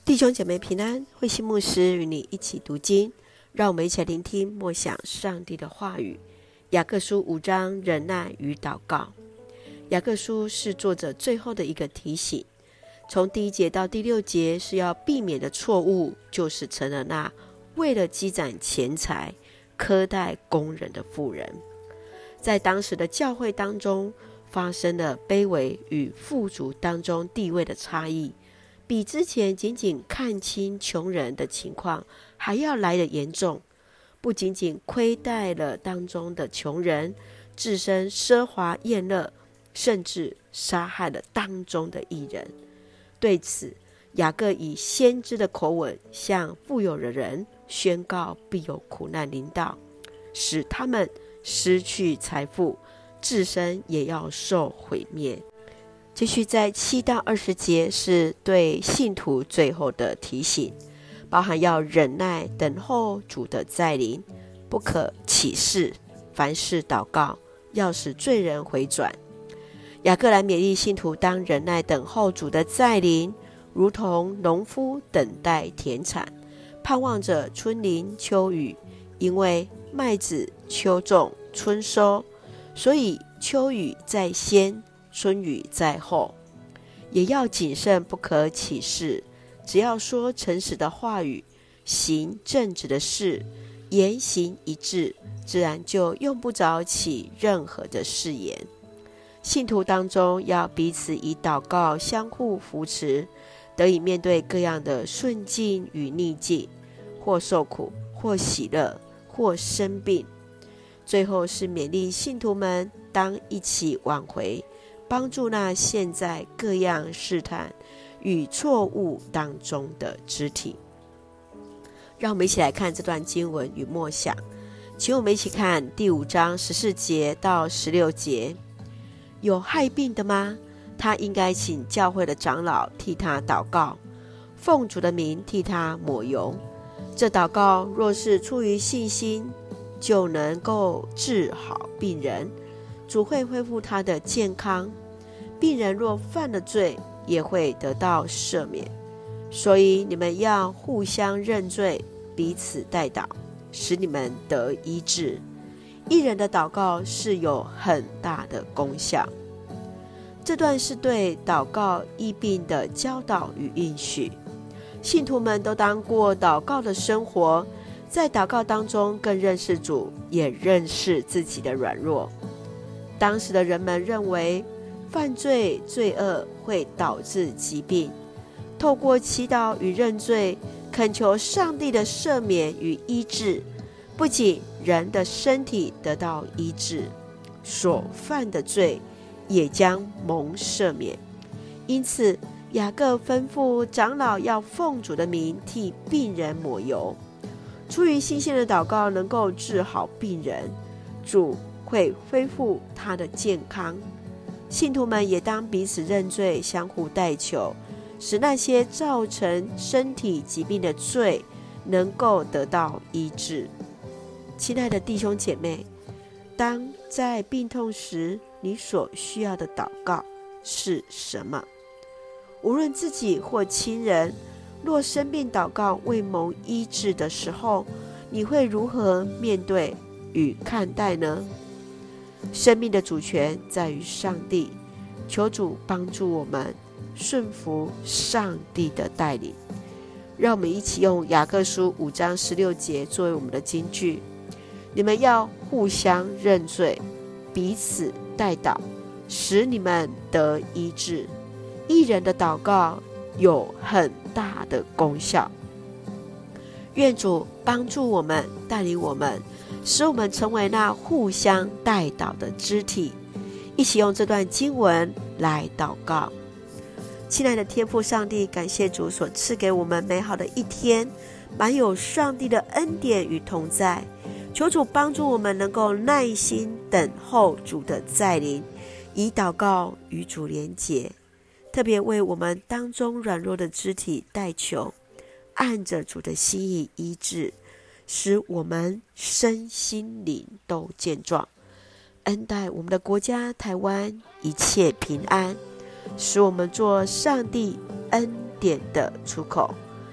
弟兄姐妹平安，慧馨牧师与你一起读经，让我们一起来聆听默想上帝的话语。雅各书5章，忍耐与祷告。雅各书是作者最后的一个提醒，从第1节到第6节是要避免的错误，就是成了那为了积攒钱财苛待工人的妇人。在当时的教会当中，发生了卑微与富足当中地位的差异，比之前仅仅看清穷人的情况还要来得严重。不仅仅亏待了当中的穷人，自身奢华宴乐，甚至杀害了当中的义人。对此，雅各以先知的口吻向富有的人宣告必有苦难临到，使他们失去财富，自身也要受毁灭。继续在7到20节是对信徒最后的提醒，包含要忍耐等候主的再临，不可起誓，凡事祷告，要使罪人回转。雅各来勉励信徒当忍耐等候主的再临，如同农夫等待田产，盼望着春霖秋雨，因为麦子秋种春收，所以秋雨在先，春雨在后。也要谨慎，不可起誓，只要说诚实的话语，行正直的事，言行一致，自然就用不着起任何的誓言。信徒当中要彼此以祷告相互扶持，得以面对各样的顺境与逆境，或受苦，或喜乐，或生病。最后是勉励信徒们当一起挽回，帮助那陷在各样试探与错误当中的肢体。让我们一起来看这段经文与默想，请我们一起看第5章14节到16节。有害病的吗？他应该请教会的长老替他祷告，奉主的名替他抹油。这祷告若是出于信心，就能够治好病人，主会恢复他的健康。病人若犯了罪，也会得到赦免。所以你们要互相认罪，彼此代祷，使你们得医治。义人的祷告是有很大的功效。这段是对祷告医病的教导与应许，信徒们都当过祷告的生活，在祷告当中更认识主，也认识自己的软弱。当时的人们认为犯罪罪恶会导致疾病，透过祈祷与认罪，恳求上帝的赦免与医治，不仅人的身体得到医治，所犯的罪也将蒙赦免。因此雅各吩咐长老要奉主的名替病人抹油。出于信心的祷告能够治好病人，主会恢复他的健康。信徒们也当彼此认罪，相互代求，使那些造成身体疾病的罪能够得到医治。亲爱的弟兄姐妹，当在病痛时，你所需要的祷告是什么？无论自己或亲人，若生病祷告未蒙医治的时候，你会如何面对与看待呢？生命的主权在于上帝，求主帮助我们顺服上帝的带领。让我们一起用雅各书5章16节作为我们的金句。你们要互相认罪，彼此代祷，使你们得医治。义人的祷告有很大的功效。愿主帮助我们，带领我们，使我们成为那互相代祷的肢体。一起用这段经文来祷告。亲爱的天父上帝，感谢主所赐给我们美好的一天，满有上帝的恩典与同在。求主帮助我们能够耐心等候主的再临，以祷告与主连结，特别为我们当中软弱的肢体代求，按着主的心意医治，使我们身心灵都健壮，恩待我们的国家台湾一切平安，使我们做上帝恩典的出口。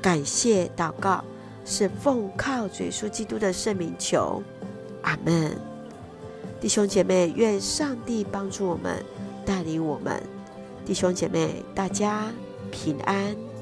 感谢祷告是奉靠主耶稣基督的圣名求，阿们。弟兄姐妹，愿上帝帮助我们，带领我们。弟兄姐妹，大家平安。